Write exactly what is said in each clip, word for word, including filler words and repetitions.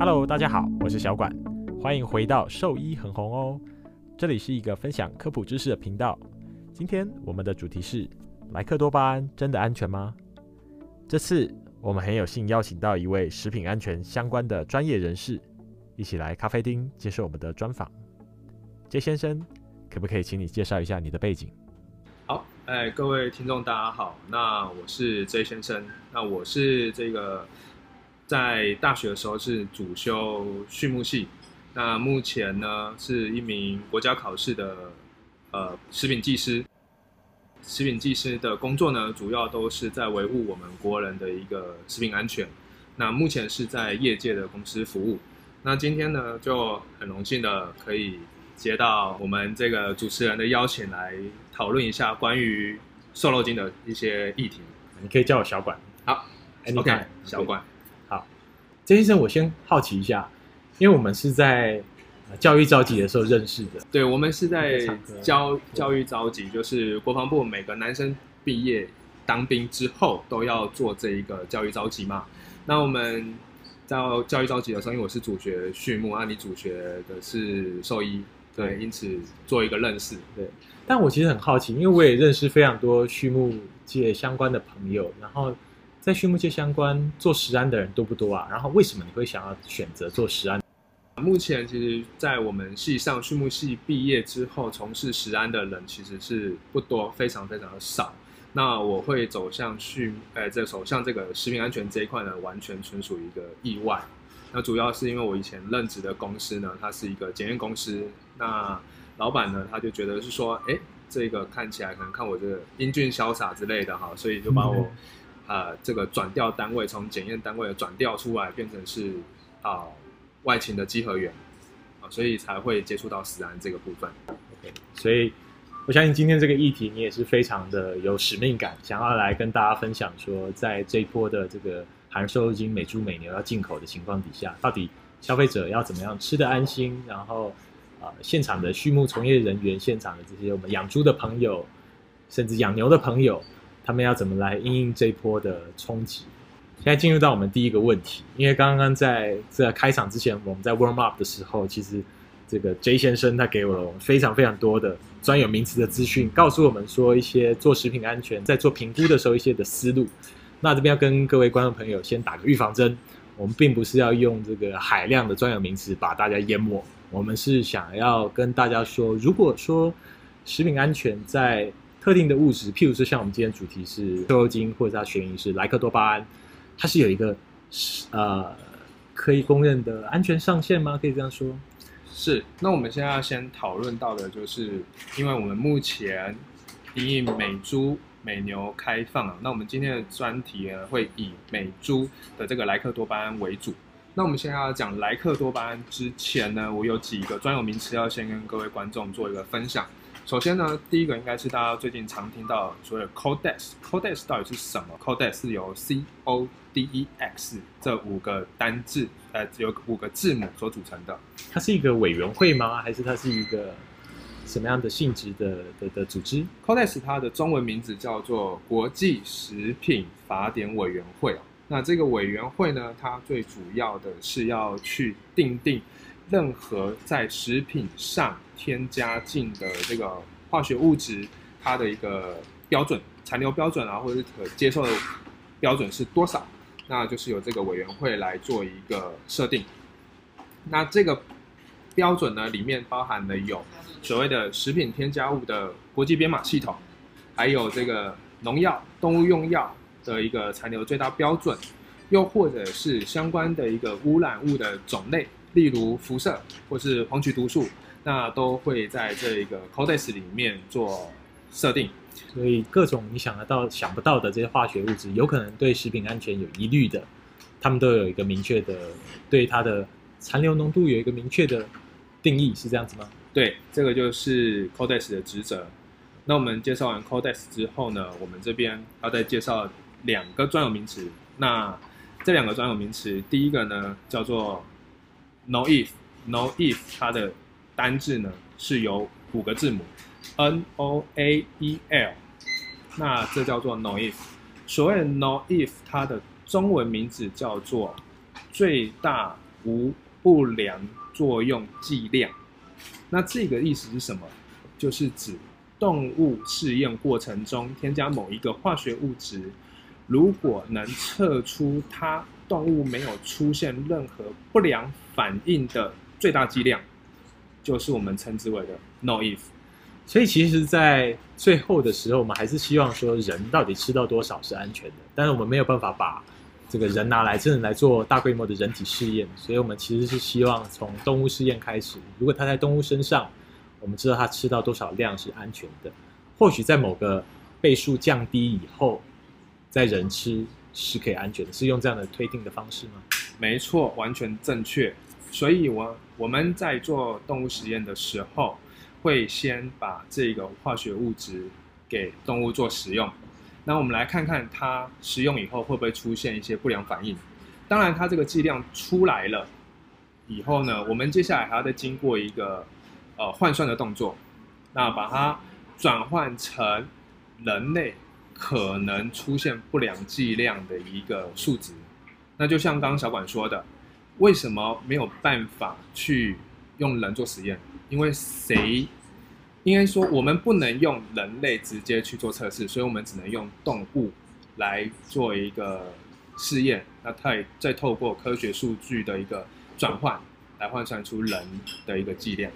Hello， 大家好，我是小管，欢迎回到兽医很红哦。这里是一个分享科普知识的频道。今天我们的主题是莱克多巴胺真的安全吗？这次我们很有幸邀请到一位食品安全相关的专业人士，一起来咖啡厅接受我们的专访。J 先生，可不可以请你介绍一下你的背景？ 好，哎，各位听众大家好，那我是 J 先生，那我是这个在大学的时候是主修畜牧系，那目前呢是一名国家考试的呃食品技师。食品技师的工作呢，主要都是在维护我们国人的一个食品安全。那目前是在业界的公司服务。那今天呢，就很荣幸的可以接到我们这个主持人的邀请，来讨论一下关于瘦肉精的一些议题。 你可以叫我小管。 好 ，OK， 小管。 好，J先生，我先好奇一下，因为我们是在教育召集的时候认识的。 对，我们是在教教育召集，就是国防部每个男生毕业当兵之后都要做这一个教育召集嘛。那我们在教育召集的时候，因为我是主学畜牧，啊，你主学的是兽医，对，因此做一个认识。 对，但我其实很好奇，因为我也认识非常多畜牧界相关的朋友，然后在畜牧界相关做食安的人多不多啊？然后为什么你会想要选择做食安？ 目前其实，在我们系上畜牧系毕业之后，从事食安的人其实是不多，非常非常的少。那我会走向畜，呃，这走向这个食品安全这一块呢，完全纯属一个意外。那主要是因为我以前任职的公司呢，它是一个检验公司。那老板呢，他就觉得是说，哎，这个看起来可能看我这个英俊潇洒之类的哈，所以就把我，呃，这个转调单位从检验单位转调出来，变成是啊。呃外勤的稽核员，所以才会接触到食安这个部分。 Okay, 所以我相信今天这个议题你也是非常的有使命感，想要来跟大家分享说，在这一波的这个含瘦肉精美猪美牛要进口的情况底下，到底消费者要怎么样吃得安心，然后、呃、现场的畜牧从业人员，现场的这些我们养猪的朋友，甚至养牛的朋友，他们要怎么来因应这一波的冲击。现在进入到我们第一个问题，因为刚刚在这开场之前，我们在 warm up 的时候，其实这个 J 先生他给我了非常非常多的专有名词的资讯，告诉我们说一些做食品安全在做评估的时候一些的思路。那这边要跟各位观众朋友先打个预防针，我们并不是要用这个海量的专有名词把大家淹没，我们是想要跟大家说，如果说食品安全在特定的物质，譬如说像我们今天主题是瘦肉精，或者它学名是莱克多巴胺，它是有一个呃可以公认的安全上限吗？可以这样说？ 是。那我们现在要先讨论到的就是，因为我们目前因应美猪美牛开放啊，那我们今天的专题呢会以美猪的这个莱克多巴胺为主。那我们现在要讲莱克多巴胺之前呢，我有几个专有名词要先跟各位观众做一个分享。首先呢，第一个应该是大家最近常听到所谓的 Codex。Codex 到底是什么 ？Codex 是由 C O D E X 这五个单字，呃，有五个字母所组成的。 它是一个委员会吗？还是它是一个什么样的性质的的的组织 ？Codex 它的中文名字叫做国际食品法典委员会。那这个委员会呢，它最主要的是要去订定任何在食品上添加进的这个化学物质，它的一个标准、残留标准啊，或者是可接受的标准是多少，那就是由这个委员会来做一个设定。那这个标准呢，里面包含了有所谓的食品添加物的国际编码系统，还有这个农药、动物用药的一个残留最大标准，又或者是相关的一个污染物的种类。例如辐射或是黄曲毒素，那都会在这个 Codex 里面做设定。 所以各种你想得到、想不到的这些化学物质，有可能对食品安全有疑虑的，他们都有一个明确的，对它的残留浓度有一个明确的定义，是这样子吗？ 对，这个就是 Codex 的职责。那我们介绍完 Codex 之后呢，我们这边要再介绍两个专有名词。那这两个专有名词，第一个呢叫做No if，No if 它的单字呢是由五个字母 N O A E L， 那这叫做 No if。所谓的 No if， 它的中文名字叫做最大无不良作用剂量。那这个意思是什么？就是指动物试验过程中添加某一个化学物质，如果能测出它动物没有出现任何不良反应的最大剂量，就是我们称之为的 no if。 所以其实在最后的时候，我们还是希望说人到底吃到多少是安全的，但是我们没有办法把这个人拿来真的来做大规模的人体试验，所以我们其实是希望从动物试验开始，如果它在动物身上，我们知道它吃到多少量是安全的，或许在某个倍数降低以后，在人吃是可以安全的，是用这样的推定的方式吗？ 没错，完全正确。所以我我们在做动物实验的时候，会先把这个化学物质给动物做食用，那我们来看看它食用以后会不会出现一些不良反应。当然它这个剂量出来了以后呢，我们接下来还要再经过一个呃换算的动作，那把它转换成人类可能出现不良剂量的一个数值。那就像刚刚小管说的，为什么没有办法去用人做实验？因为谁应该说我们不能用人类直接去做测试，所以我们只能用动物来做一个试验，那再再透过科学数据的一个转换来换算出人的一个剂量。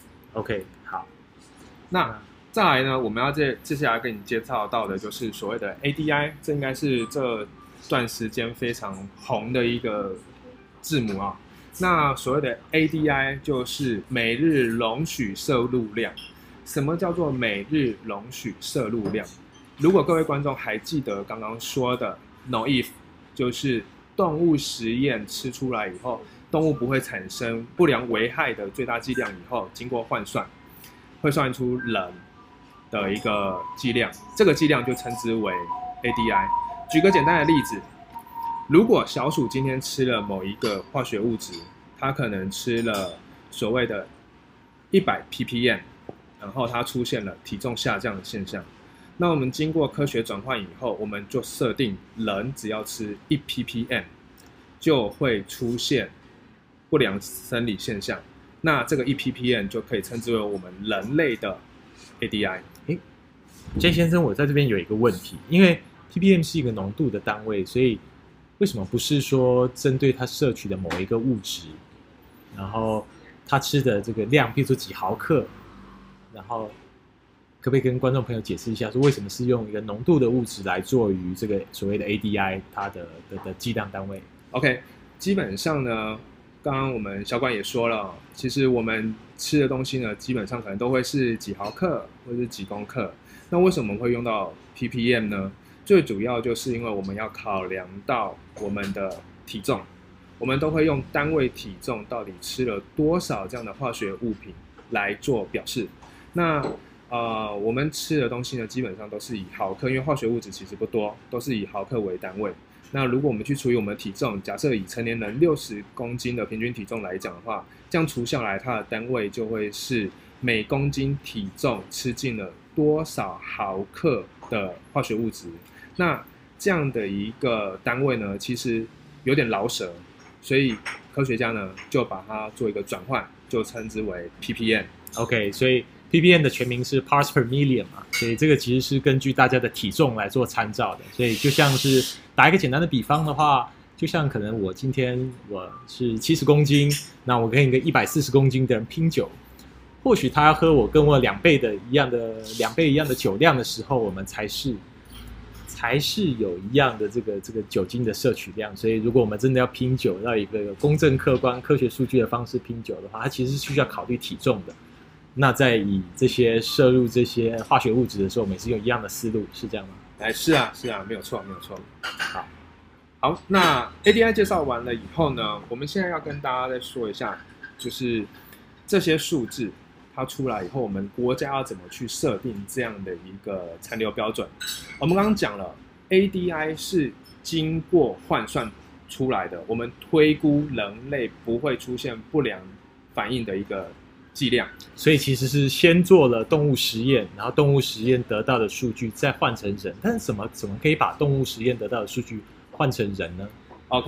OK， 好， 那再来呢，我们要接接下来跟你介绍到的就是所谓的 A D I， 这应该是这段时间非常红的一个字母啊。那所谓的 A D I 就是每日容许摄入量。什么叫做每日容许摄入量？如果各位观众还记得刚刚说的 no if， 就是动物实验吃出来以后，动物不会产生不良危害的最大剂量以后，经过换算，会算出人的一个剂量，这个剂量就称之为 A D I。举个简单的例子，如果小鼠今天吃了某一个化学物质，它可能吃了所谓的一百 P P M， 然后它出现了体重下降的现象。那我们经过科学转换以后，我们就设定人只要吃一 P P M 就会出现不良生理现象。那这个一 P P M 就可以称之为我们人类的 A D I。 诶 J 先生，我在这边有一个问题，因为 P P M 是一个浓度的单位，所以为什么不是说针对他摄取的某一个物质，然后他吃的这个量，比如说几毫克，然后可不可以跟观众朋友解释一下，说为什么是用一个浓度的物质来做于这个所谓的 A D I 它的 的, 的剂量单位 ？OK， 基本上呢，刚刚我们小管也说了，其实我们吃的东西呢，基本上可能都会是几毫克或者是几公克。那为什么会用到 P P M 呢？最主要就是因为我们要考量到我们的体重，我们都会用单位体重到底吃了多少这样的化学物品来做表示。那呃，我们吃的东西呢，基本上都是以毫克，因为化学物质其实不多，都是以毫克为单位。那如果我们去除以我们的体重，假设以成年人六十公斤的平均体重来讲的话，这样除下来，它的单位就会是每公斤体重吃进了多少毫克的化学物质。那这样的一个单位呢，其实有点老舍，所以科学家呢就把它做一个转换，就称之为 P P M。OK， 所以 P P M 的全名是 parts per million 嘛，所以这个其实是根据大家的体重来做参照的。所以就像是打一个简单的比方的话，就像可能我今天我是七十公斤，那我跟一个一百四十公斤的人拼酒，或许他要喝我跟我两倍的一样的两倍一样的酒量的时候，我们才是才是有一样的这个这个酒精的摄取量。所以如果我们真的要拼酒，要一个公正客观科学数据的方式拼酒的话，它其实是需要考虑体重的。那在以这些摄入这些化学物质的时候，我们也是用一样的思路，是这样吗？ 哎，是啊，是啊，没有错，没有错。好，好，那 A D I 介绍完了以后呢，我们现在要跟大家再说一下，就是这些数字它出来以后，我们国家要怎么去设定这样的一个残留标准？我们刚刚讲了 ，A D I 是经过换算出来的，我们推估人类不会出现不良反应的一个剂量。 所以其实是先做了动物实验，然后动物实验得到的数据再换成人。但是怎么怎么可以把动物实验得到的数据换成人呢？ OK，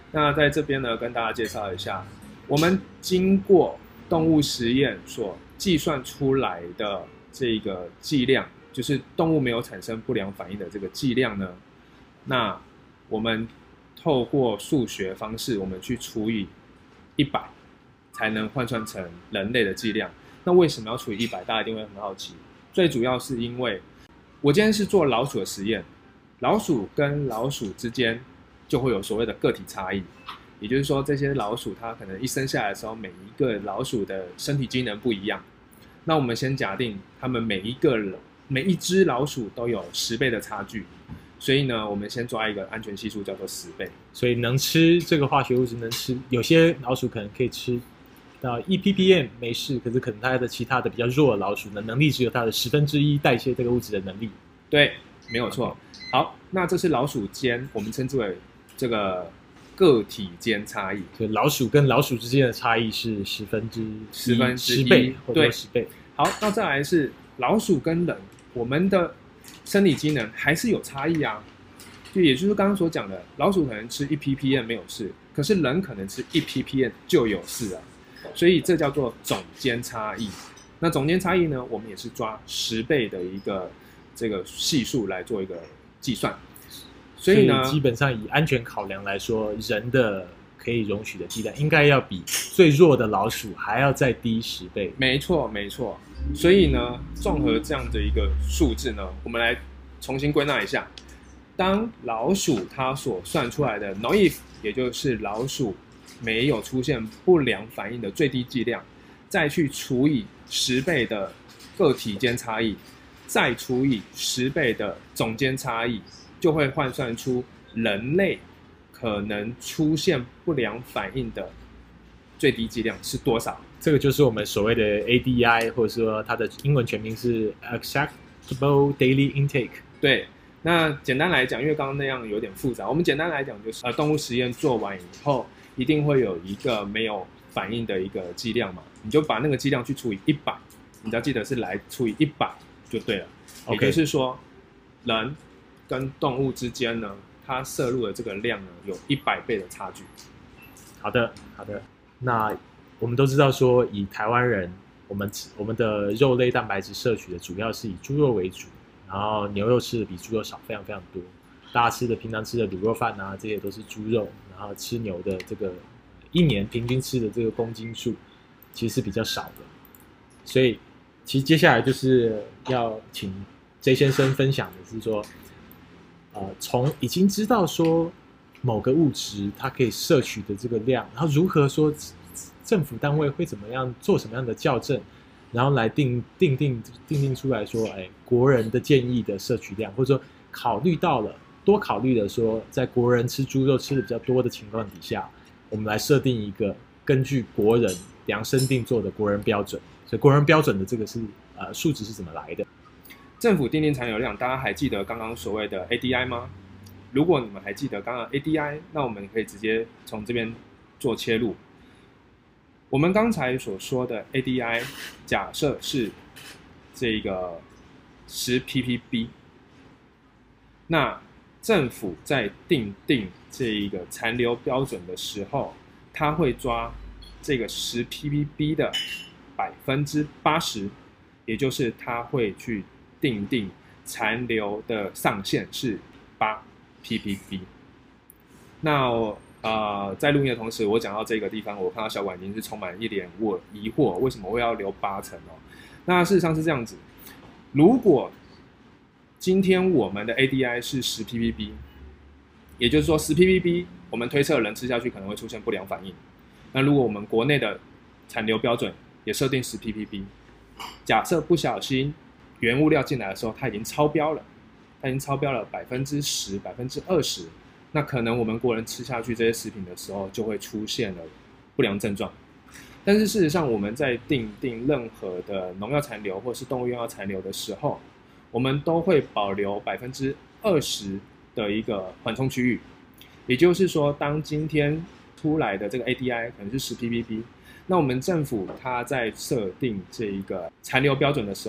那在这边呢，跟大家介绍一下，我们经过动物实验所计算出来的这个剂量，就是动物没有产生不良反应的这个剂量呢，那我们透过数学方式，我们去除以一百，才能换算成人类的剂量。那为什么要除以一百？大家一定会很好奇。最主要是因为我今天是做老鼠的实验，老鼠跟老鼠之间就会有所谓的个体差异，也就是说，这些老鼠它可能一生下来的时候，每一个老鼠的身体机能不一样。那我们先假定它们每一个每一只老鼠都有十倍的差距，所以呢，我们先抓一个安全系数叫做十倍。 所以能吃这个化学物质，能吃有些老鼠可能可以吃到一 ppm 没事，可是可能它的其他的比较弱的老鼠的能力只有它的十分之一代谢这个物质的能力。 对，没有错。好，那这是老鼠间，我们称之为这个个体间差异。 就老鼠跟老鼠之间的差异是十分之十分之一十倍或者对十倍。 好，那再来是老鼠跟人，我们的生理机能还是有差异啊。就也就是刚刚所讲的，老鼠可能吃一 ppm 没有事，可是人可能吃一 ppm 就有事啊。所以这叫做总间差异。那总间差异呢，我们也是抓十倍的一个这个系数来做一个计算。所以呢， 基本上以安全考量来说，人的可以容许的剂量应该要比最弱的老鼠还要再低十倍。 没错，没错。所以呢，综合这样的一个数字呢，我们来重新归纳一下。当老鼠它所算出来的 naive， 也就是老鼠没有出现不良反应的最低剂量，再去除以十倍的个体间差异，再除以十倍的总间差异，就会换算出人类可能出现不良反应的最低剂量是多少。 这个就是我们所谓的 A D I， 或者说它的英文全名是 Acceptable Daily Intake。 对，那简单来讲，因为刚刚那样有点复杂，我们简单来讲就是呃，动物实验做完以后，一定会有一个没有反应的一个剂量嘛，你就把那个剂量去除以一百，你只要记得是来除以一百就对了。Okay. 也就是说，人跟动物之间呢，它摄入的这个量呢，有一百倍的差距。 好的，好的。那我们都知道说，以台湾人，我们我们的肉类蛋白质摄取的主要是以猪肉为主，然后牛肉吃的比猪肉少，非常非常多。大家吃的平常吃的卤肉饭啊，这些都是猪肉，然后吃牛的这个一年平均吃的这个公斤数，其实是比较少的。所以，其实接下来就是要请 J 先生分享的是说，呃，从已经知道说某个物质它可以摄取的这个量，然后如何说政府单位会怎么样做什么样的校正，然后来定定定定定出来说，哎，国人的建议的摄取量，或者说考虑到了多考虑的说，在国人吃猪肉吃的比较多的情况底下，我们来设定一个根据国人量身定做的国人标准。所以国人标准的这个是呃数值是怎么来的？ 政府定定残留量，大家还记得刚刚所谓的 A D I 吗？如果你们还记得刚刚 A D I， 那我们可以直接从这边做切入。我们刚才所说的 A D I， 假设是这个十 ppb， 那政府在定定这一个残留标准的时候，它会抓这个十 ppb 的百分之八十，也就是它会去定定残留的上限是八 ppb。那呃，在录音的同时，我讲到这个地方，我看到小管已经是充满一脸我疑惑，为什么会要留八成哦？那事实上是这样子，如果今天我们的 A D I 是十 ppb， 也就是说十 ppb， 我们推测人吃下去可能会出现不良反应。那如果我们国内的残留标准也设定十 ppb， 假设不小心原物料进来的时候，它已经超标了，它已经超标了百分之十、百分之二十。那可能我们国人吃下去这些食品的时候，就会出现了不良症状。但是事实上，我们在定定任何的农药残留或是动物用药残留的时候，我们都会保留百分之二十的一个缓冲区域。也就是说，当今天出来的这个 A D I 可能是十 ppb， 那我们政府它在设定这一个残留标准的时候，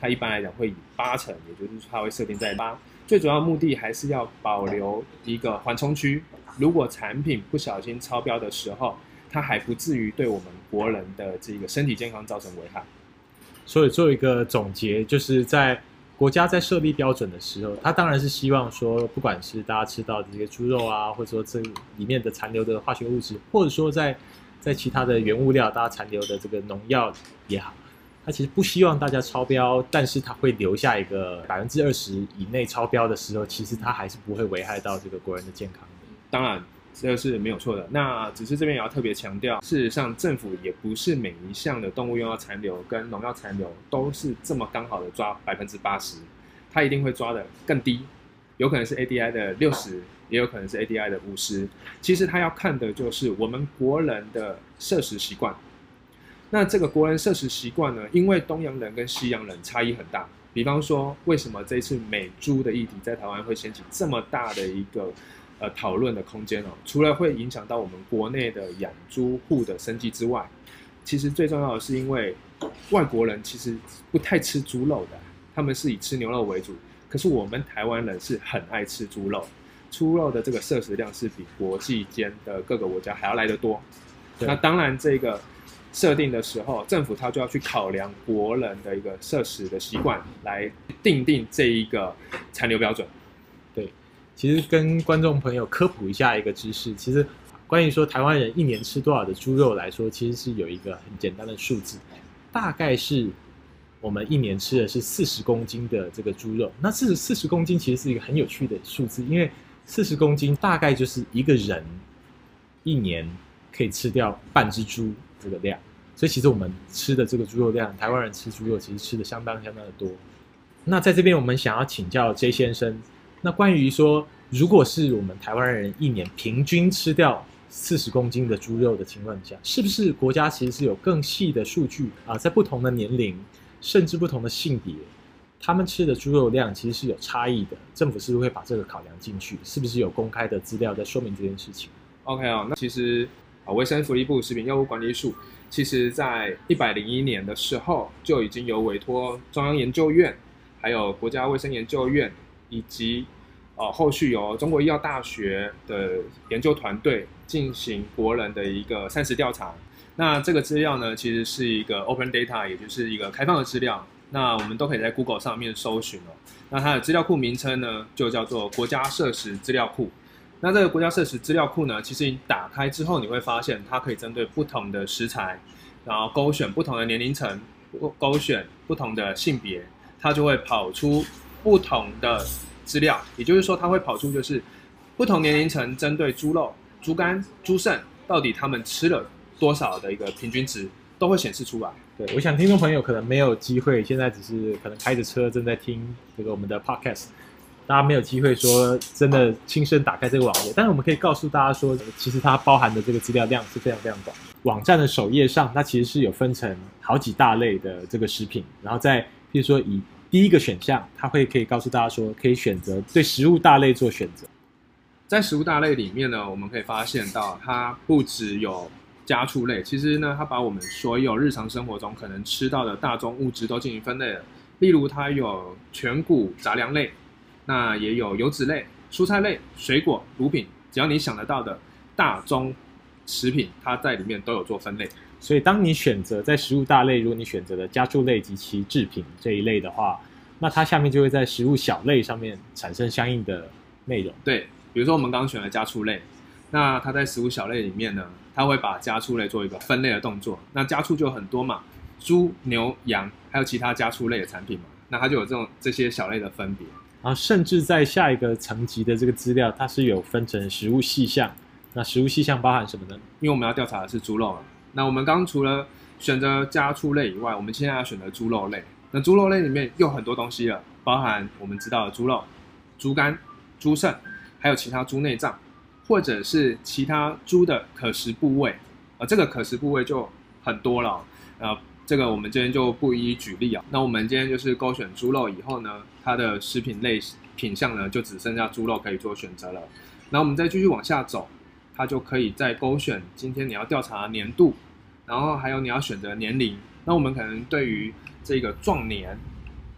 它一般来讲会以八成，也就是说它会设定在八。最主要目的还是要保留一个缓冲区，如果产品不小心超标的时候，它还不至于对我们国人的这个身体健康造成危害。 所以做一个总结，就是在国家在设立标准的时候，它当然是希望说，不管是大家吃到的这些猪肉啊，或者说这里面的残留的化学物质，或者说在在其他的原物料大家残留的这个农药也好，它其实不希望大家超标，但是它会留下一个百分之二十以内超标的时候，其实它还是不会危害到这个国人的健康的。 当然，这个是没有错的。那只是这边也要特别强调，事实上政府也不是每一项的动物用药残留跟农药残留都是这么刚好的抓百分之八十，它一定会抓的更低，有可能是 A D I 的六十，也有可能是 A D I 的五十。其实它要看的就是我们国人的摄食习惯。那这个国人摄食习惯呢，因为东洋人跟西洋人差异很大。比方说，为什么这一次美猪的议题在台湾会掀起这么大的一个呃讨论的空间哦？除了会影响到我们国内的养猪户的生计之外，其实最重要的是因为外国人其实不太吃猪肉的，他们是以吃牛肉为主。可是我们台湾人是很爱吃猪肉，猪肉的这个摄食量是比国际间的各个国家还要来得多。那当然这个设定的时候，政府它就要去考量国人的一个摄食的习惯，来定定这一个残留标准。 对，其实跟观众朋友科普一下一个知识，其实关于说台湾人一年吃多少的猪肉来说，其实是有一个很简单的数字，大概是我们一年吃的是四十公斤的这个猪肉。那四四十公斤其实是一个很有趣的数字，因为四十公斤大概就是一个人一年可以吃掉半只猪这个量，所以其实我们吃的这个猪肉量，台湾人吃猪肉其实吃的相当相当的多。那在这边我们想要请教 J 先生，那关于说，如果是我们台湾人一年平均吃掉四十公斤的猪肉的情况下，是不是国家其实是有更细的数据啊，在不同的年龄，甚至不同的性别，他们吃的猪肉量其实是有差异的？政府是不是会把这个考量进去？是不是有公开的资料在说明这件事情 ？OK 哦，那其实啊，卫生福利部食品药物管理署，其实在一百零一年的时候就已经有委托中央研究院，还有国家卫生研究院，以及呃后续由中国医药大学的研究团队进行国人的一个膳食调查。那这个资料呢，其实是一个 open data， 也就是一个开放的资料。那我们都可以在 Google 上面搜寻哦。那它的资料库名称呢，就叫做国家摄食资料库。那这个国家摄食资料库呢，其实你打开之后，你会发现它可以针对不同的食材，然后勾选不同的年龄层，勾选不同的性别，它就会跑出不同的资料。也就是说，它会跑出就是不同年龄层针对猪肉、猪肝、猪肾，到底他们吃了多少的一个平均值，都会显示出来。 对，我想听众朋友可能没有机会，现在只是可能开着车正在听这个我们的 podcast。大家没有机会说真的亲身打开这个网页，但是我们可以告诉大家说，其实它包含的这个资料量是非常非常广。网站的首页上，它其实是有分成好几大类的这个食品，然后在譬如说以第一个选项，它会可以告诉大家说，可以选择对食物大类做选择。 在食物大类里面呢，我们可以发现到它不只有家畜类，其实呢，它把我们所有日常生活中可能吃到的大宗物质都进行分类了。例如，它有全谷杂粮类。那也有油脂类、蔬菜类、水果、乳品，只要你想得到的大宗食品，它在里面都有做分类。 所以当你选择在食物大类，如果你选择了家畜类及其制品这一类的话，那它下面就会在食物小类上面产生相应的内容。 对，比如说我们刚刚选了家畜类，那它在食物小类里面呢，它会把家畜类做一个分类的动作。那家畜就很多嘛，猪、牛、羊，还有其他家畜类的产品嘛，那它就有这种这些小类的分别。 然后甚至在下一个层级的这个资料，它是有分成食物细项。那食物细项包含什么呢？ 因为我们要调查的是猪肉嘛。那我们刚刚除了选择家畜类以外，我们现在要选择猪肉类。那猪肉类里面又很多东西了，包含我们知道的猪肉、猪肝、猪肾，还有其他猪内脏，或者是其他猪的可食部位。呃，这个可食部位就很多了。呃，这个我们今天就不一一举例啊。那我们今天就是勾选猪肉以后呢，它的食品类品项呢就只剩下猪肉可以做选择了。然后我们再继续往下走，它就可以再勾选今天你要调查的年度，然后还有你要选择年龄。那我们可能对于这个壮年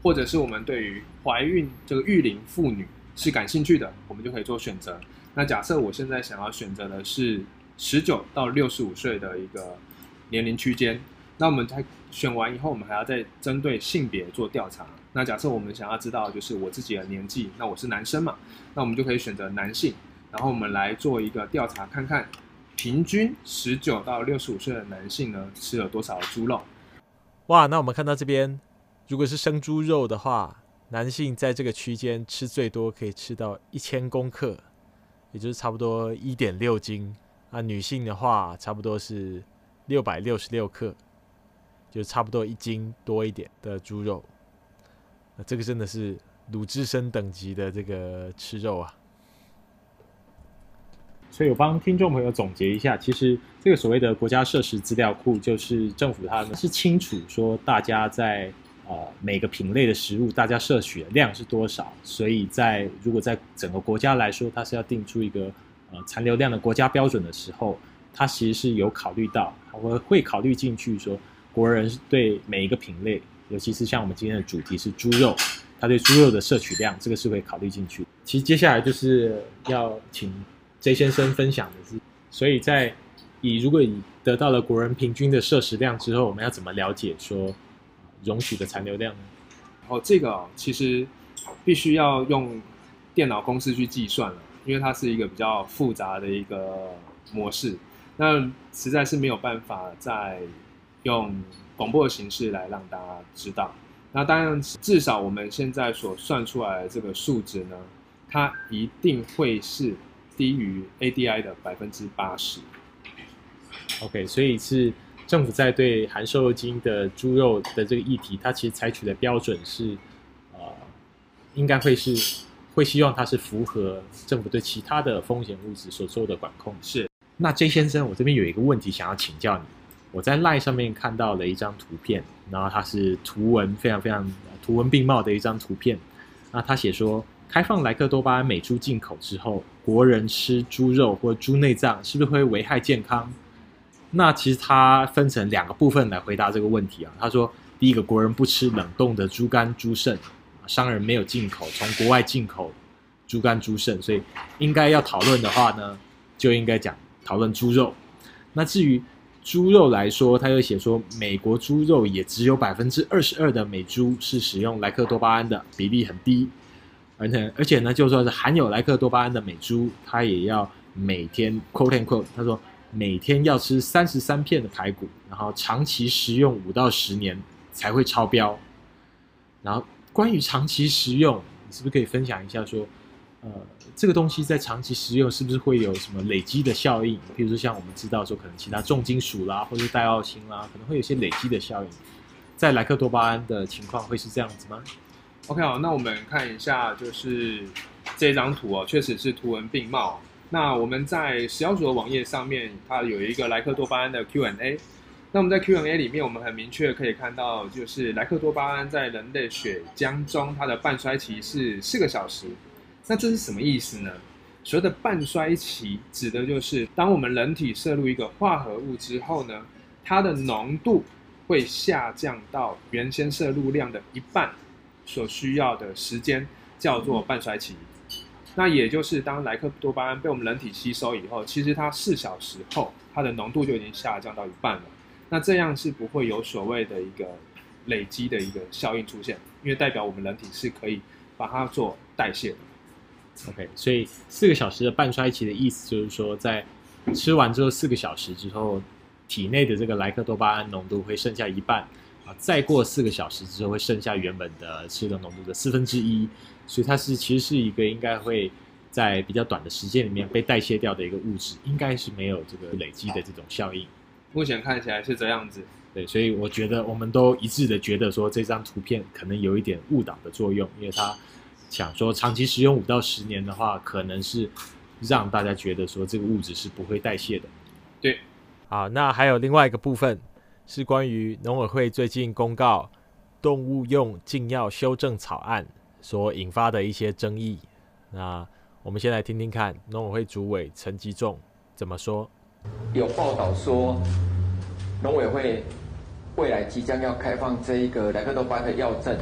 或者是我们对于怀孕这个育龄妇女是感兴趣的，我们就可以做选择。那假设我现在想要选择的是十九到六十五岁的一个年龄区间，那我们在选完以后，我们还要再针对性别做调查。那假设我们想要知道就是我自己的年纪，那我是男生嘛，那我们就可以选择男性，然后我们来做一个调查，看看平均十九到六十五岁的男性呢吃了多少猪肉。 哇，那我们看到这边，如果是生猪肉的话，男性在这个区间吃最多可以吃到一千公克，也就是差不多 一点六斤啊。女性的话，差不多是六百六十六克，就差不多一斤多一点的猪肉。那这个真的是鲁智深等级的这个吃肉啊。 所以我帮听众朋友总结一下，其实这个所谓的国家摄食资料库，就是政府它是清楚说大家在呃每个品类的食物大家摄取的量是多少，所以在如果在整个国家来说，它是要定出一个呃残留量的国家标准的时候，它其实是有考虑到，它会会考虑进去说国人对每一个品类，尤其是像我们今天的主题是猪肉，他对猪肉的摄取量，这个是会考虑进去。其实接下来就是要请J 先生分享的是，所以在以如果以得到了国人平均的摄食量之后，我们要怎么了解说容许的残留量呢？ 哦，这个、哦、其实必须要用电脑公式去计算了，因为它是一个比较复杂的一个模式，那实在是没有办法再用广播的形式来让大家知道。那当然，至少我们现在所算出来的这个数值呢，它一定会是低于 A D I 的百分之八十。 OK， 所以是政府在对含瘦肉精的猪肉的这个议题，它其实采取的标准是，呃，应该会是会希望它是符合政府对其他的风险物质所做的管控。 是。 那 J 先生，我这边有一个问题想要请教你。我在 LINE 上面看到了一张图片，然后它是图文非常非常图文并茂的一张图片。那他写说，开放莱克多巴胺美猪进口之后，国人吃猪肉或猪内脏是不是会危害健康？那其实他分成两个部分来回答这个问题啊。他说，第一个，国人不吃冷冻的猪肝、猪肾，商人没有进口从国外进口猪肝、猪肾，所以应该要讨论的话呢，就应该讲讨论猪肉。那至于猪肉来说，他又写说，美国猪肉也只有 百分之二十二 的美猪是使用莱克多巴胺的，比例很低。而且而且呢，就算是含有莱克多巴胺的美猪，它也要每天 quote and quote， 他说每天要吃三十三片的排骨，然后长期食用五到十年才会超标。然后关于长期食用，你是不是可以分享一下说，呃，这个东西在长期食用是不是会有什么累积的效应？比如说像我们知道说，可能其他重金属啦，或者是代奥辛啦，可能会有一些累积的效应。在莱克多巴胺的情况会是这样子吗？ OK 好，那我们看一下，就是这张图哦，确实是图文并茂。那我们在食药署的网页上面，它有一个莱克多巴胺的 Q and A。那我们在 Q and A 里面，我们很明确可以看到，就是莱克多巴胺在人类血浆中，它的半衰期是四个小时。那这是什么意思呢？所谓的半衰期，指的就是当我们人体摄入一个化合物之后呢，它的浓度会下降到原先摄入量的一半。所需要的时间叫做半衰期，那也就是当莱克多巴胺被我们人体吸收以后，其实它四小时后，它的浓度就已经下降到一半了。那这样是不会有所谓的一个累积的一个效应出现，因为代表我们人体是可以把它做代谢的。 OK， 所以四个小时的半衰期的意思就是说，在吃完之后四个小时之后，体内的这个莱克多巴胺浓度会剩下一半。再过四个小时之后，会剩下原本的吃的浓度的四分之一，所以它是其实是一个应该会在比较短的时间里面被代谢掉的一个物质，应该是没有这个累积的这种效应。 目前看起来是这样子。 对，所以我觉得我们都一致的觉得说这张图片可能有一点误导的作用，因为它想说长期食用五到十年的话，可能是让大家觉得说这个物质是不会代谢的。 对， 好，那还有另外一个部分。是关于农委会最近公告动物用禁药修正草案所引发的一些争议。那我们先来听听看农委会主委陈吉仲怎么说。 有报道说，农委会未来即将要开放这一个莱克多巴胺的药证，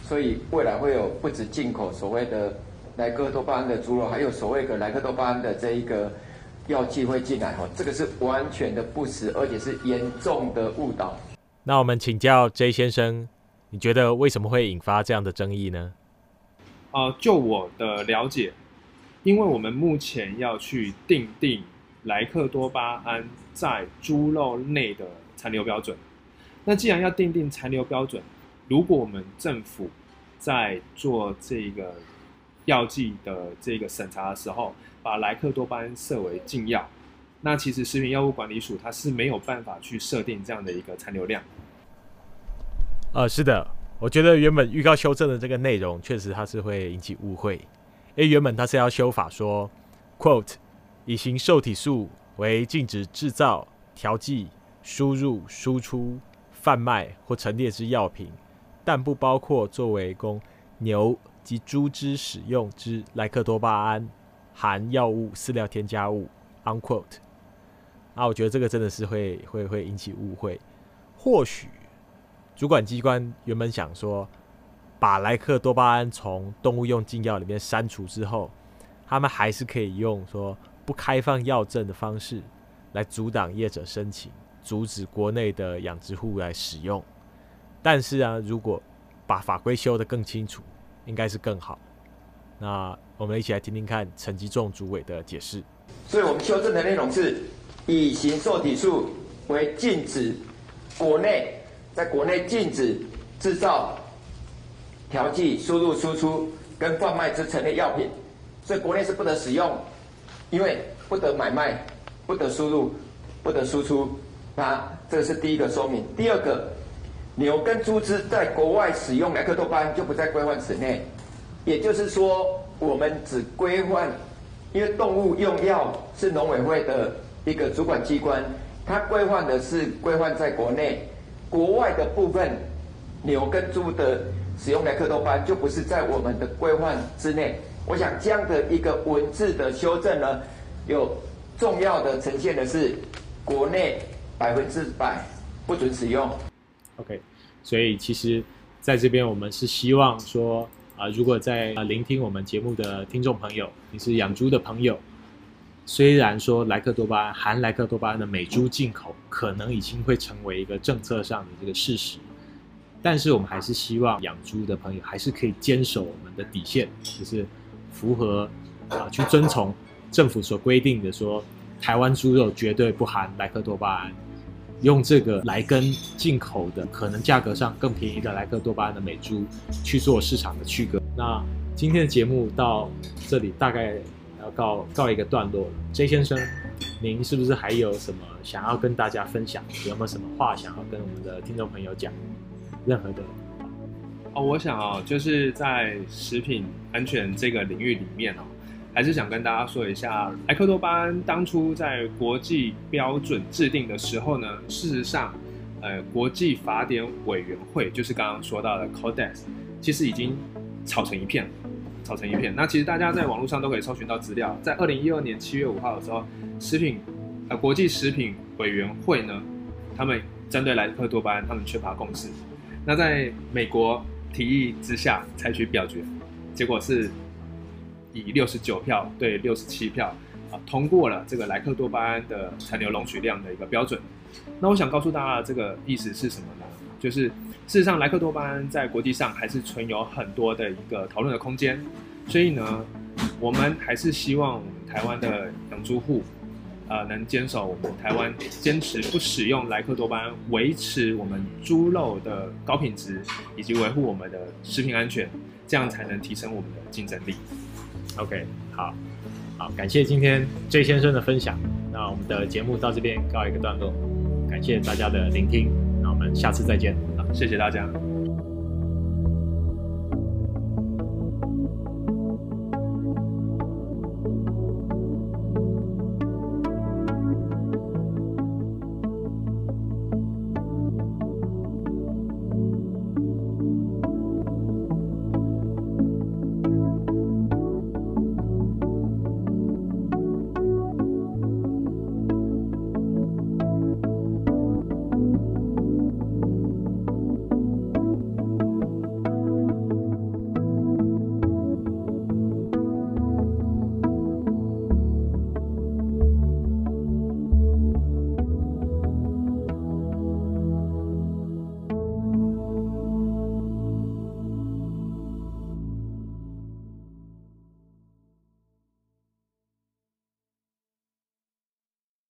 所以未来会有不止进口所谓的莱克多巴胺的猪肉，还有所谓的莱克多巴胺的这一个药剂会进来，这个是完全的不实，而且是严重的误导。 那我们请教 J 先生，你觉得为什么会引发这样的争议呢？ 呃，就我的了解，因为我们目前要去订定莱克多巴胺在猪肉内的残留标准，那既然要订定残留标准，如果我们政府在做这个药剂的这个审查的时候，把莱克多巴胺设为禁药，那其实食品药物管理署它是没有办法去设定这样的一个残留量。 呃，是的，我觉得原本预告修正的这个内容确实它是会引起误会，因为原本它是要修法说 ，quote， 乙型受体素为禁止制造、调剂、输入、输出、贩卖或陈列之药品，但不包括作为供牛及猪只使用之莱克多巴胺含药物、饲料添加物 ，unquote。啊，我觉得这个真的是会会会引起误会。或许主管机关原本想说，把莱克多巴胺从动物用禁药里面删除之后，他们还是可以用说不开放药证的方式来阻挡业者申请，阻止国内的养殖户来使用。但是啊，如果把法规修得更清楚，应该是更好。那我们一起来听听看陈吉仲主委的解释。 所以我们修正的内容是，乙型受体素为禁止国内，在国内禁止制造、调剂、输入、输出跟贩卖之陈列药品，所以国内是不得使用，因为不得买卖、不得输入、不得输出。那这个是第一个说明。第二个，牛跟猪只在国外使用莱克多巴胺就不在规范此内，也就是说，我们只规范，因为动物用药是农委会的一个主管机关，它规范的是规范在国内，国外的部分，牛跟猪的使用莱克多巴胺就不是在我们的规范之内。我想这样的一个文字的修正呢，有重要的呈现的是国内百分之百不准使用。 OK， 所以其实在这边我们是希望说，啊、呃，如果在、呃、聆听我们节目的听众朋友，你是养猪的朋友，虽然说莱克多巴胺含莱克多巴胺的美猪进口可能已经会成为一个政策上的这个事实，但是我们还是希望养猪的朋友还是可以坚守我们的底线，就是符合啊、呃、去遵从政府所规定的说，台湾猪肉绝对不含莱克多巴胺。用这个来跟进口的可能价格上更便宜的莱克多巴胺的美猪去做市场的区隔。那今天的节目到这里大概要告告一个段落了。J 先生，您是不是还有什么想要跟大家分享？有没有什么话想要跟我们的听众朋友讲？任何的哦，我想哦，就是在食品安全这个领域里面哦，还是想跟大家说一下，莱克多巴胺当初在国际标准制定的时候呢，事实上，呃，国际法典委员会就是刚刚说到的 Codex， 其实已经吵成一片，吵成一片。那其实大家在网络上都可以搜寻到资料，在二零一二年七月五号的时候，食品呃国际食品委员会呢，他们针对莱克多巴胺，他们缺乏共识。那在美国提议之下采取表决，结果是以六十九票对六十七票、啊、通过了这个莱克多巴胺的残留容许量的一个标准。那我想告诉大家的这个意思是什么呢？就是事实上莱克多巴胺在国际上还是存有很多的一个讨论的空间，所以呢，我们还是希望我们台湾的养猪户呃，能坚守我们台湾坚持不使用莱克多巴胺，维持我们猪肉的高品质，以及维护我们的食品安全，这样才能提升我们的竞争力。 OK， 好，好，感谢今天 J 先生的分享。那我们的节目到这边告一个段落，感谢大家的聆听，那我们下次再见。 好，谢谢大家。